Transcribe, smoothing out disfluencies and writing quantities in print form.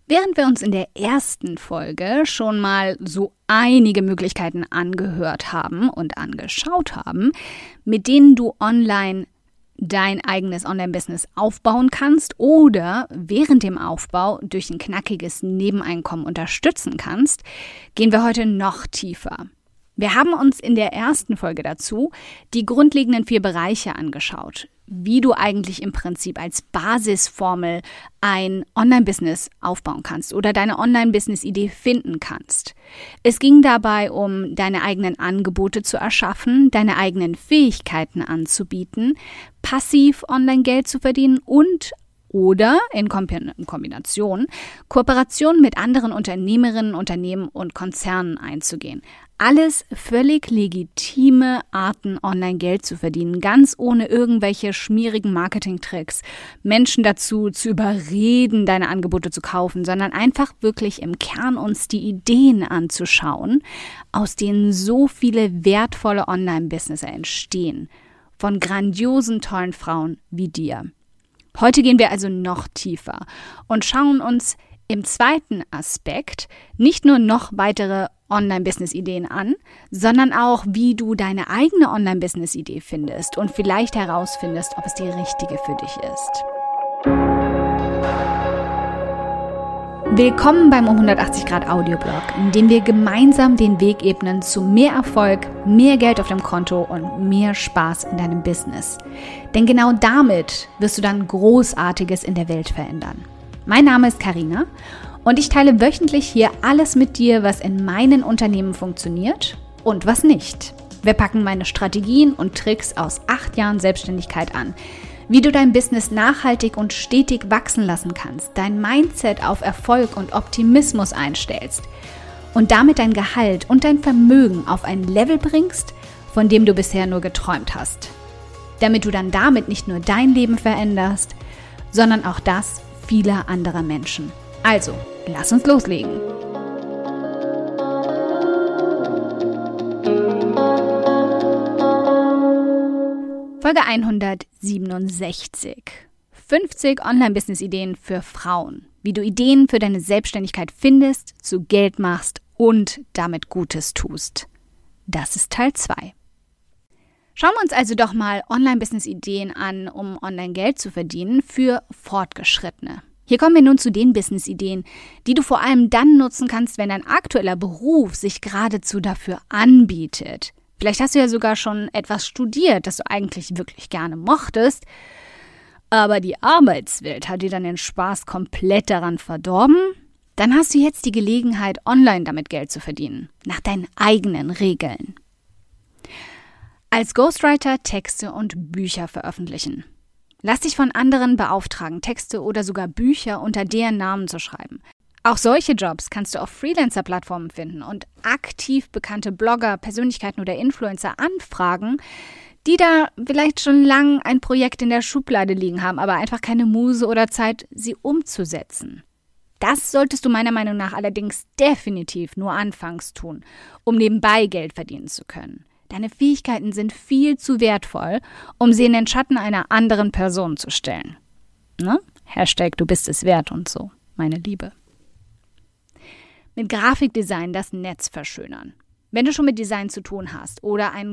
Während wir uns in der ersten Folge schon mal so einige Möglichkeiten angehört haben und angeschaut haben, mit denen du online dein eigenes Online-Business aufbauen kannst oder während dem Aufbau durch ein knackiges Nebeneinkommen unterstützen kannst, gehen wir heute noch tiefer. Wir haben uns in der ersten Folge dazu die grundlegenden 4 Bereiche angeschaut, wie du eigentlich im Prinzip als Basisformel ein Online-Business aufbauen kannst oder deine Online-Business-Idee finden kannst. Es ging dabei um deine eigenen Angebote zu erschaffen, deine eigenen Fähigkeiten anzubieten, passiv Online-Geld zu verdienen oder in Kombination Kooperationen mit anderen Unternehmerinnen, Unternehmen und Konzernen einzugehen. Alles völlig legitime Arten, online Geld zu verdienen, ganz ohne irgendwelche schmierigen Marketingtricks, Menschen dazu zu überreden, deine Angebote zu kaufen, sondern einfach wirklich im Kern uns die Ideen anzuschauen, aus denen so viele wertvolle Online-Business entstehen, von grandiosen, tollen Frauen wie dir. Heute gehen wir also noch tiefer und schauen uns im zweiten Aspekt nicht nur noch weitere Online-Business-Ideen an, sondern auch, wie du deine eigene Online-Business-Idee findest und vielleicht herausfindest, ob es die richtige für dich ist. Willkommen beim 180-Grad-Audioblog, in dem wir gemeinsam den Weg ebnen zu mehr Erfolg, mehr Geld auf dem Konto und mehr Spaß in deinem Business. Denn genau damit wirst du dann Großartiges in der Welt verändern. Mein Name ist Carina und ich teile wöchentlich hier alles mit dir, was in meinen Unternehmen funktioniert und was nicht. Wir packen meine Strategien und Tricks aus 8 Jahren Selbstständigkeit an, wie du dein Business nachhaltig und stetig wachsen lassen kannst, dein Mindset auf Erfolg und Optimismus einstellst und damit dein Gehalt und dein Vermögen auf ein Level bringst, von dem du bisher nur geträumt hast. Damit du dann damit nicht nur dein Leben veränderst, sondern auch das vieler anderer Menschen. Also, lass uns loslegen. Folge 167. 50 Online-Business-Ideen für Frauen. Wie du Ideen für deine Selbstständigkeit findest, zu Geld machst und damit Gutes tust. Das ist Teil 2. Schauen wir uns also doch mal Online-Business-Ideen an, um Online-Geld zu verdienen für Fortgeschrittene. Hier kommen wir nun zu den Business-Ideen, die du vor allem dann nutzen kannst, wenn dein aktueller Beruf sich geradezu dafür anbietet. Vielleicht hast du ja sogar schon etwas studiert, das du eigentlich wirklich gerne mochtest, aber die Arbeitswelt hat dir dann den Spaß komplett daran verdorben. Dann hast du jetzt die Gelegenheit, online damit Geld zu verdienen, nach deinen eigenen Regeln. Als Ghostwriter Texte und Bücher veröffentlichen. Lass dich von anderen beauftragen, Texte oder sogar Bücher unter deren Namen zu schreiben. Auch solche Jobs kannst du auf Freelancer-Plattformen finden und aktiv bekannte Blogger, Persönlichkeiten oder Influencer anfragen, die da vielleicht schon lang ein Projekt in der Schublade liegen haben, aber einfach keine Muse oder Zeit, sie umzusetzen. Das solltest du meiner Meinung nach allerdings definitiv nur anfangs tun, um nebenbei Geld verdienen zu können. Deine Fähigkeiten sind viel zu wertvoll, um sie in den Schatten einer anderen Person zu stellen. Ne? Hashtag du bist es wert und so, meine Liebe. Mit Grafikdesign das Netz verschönern. Wenn du schon mit Design zu tun hast oder ein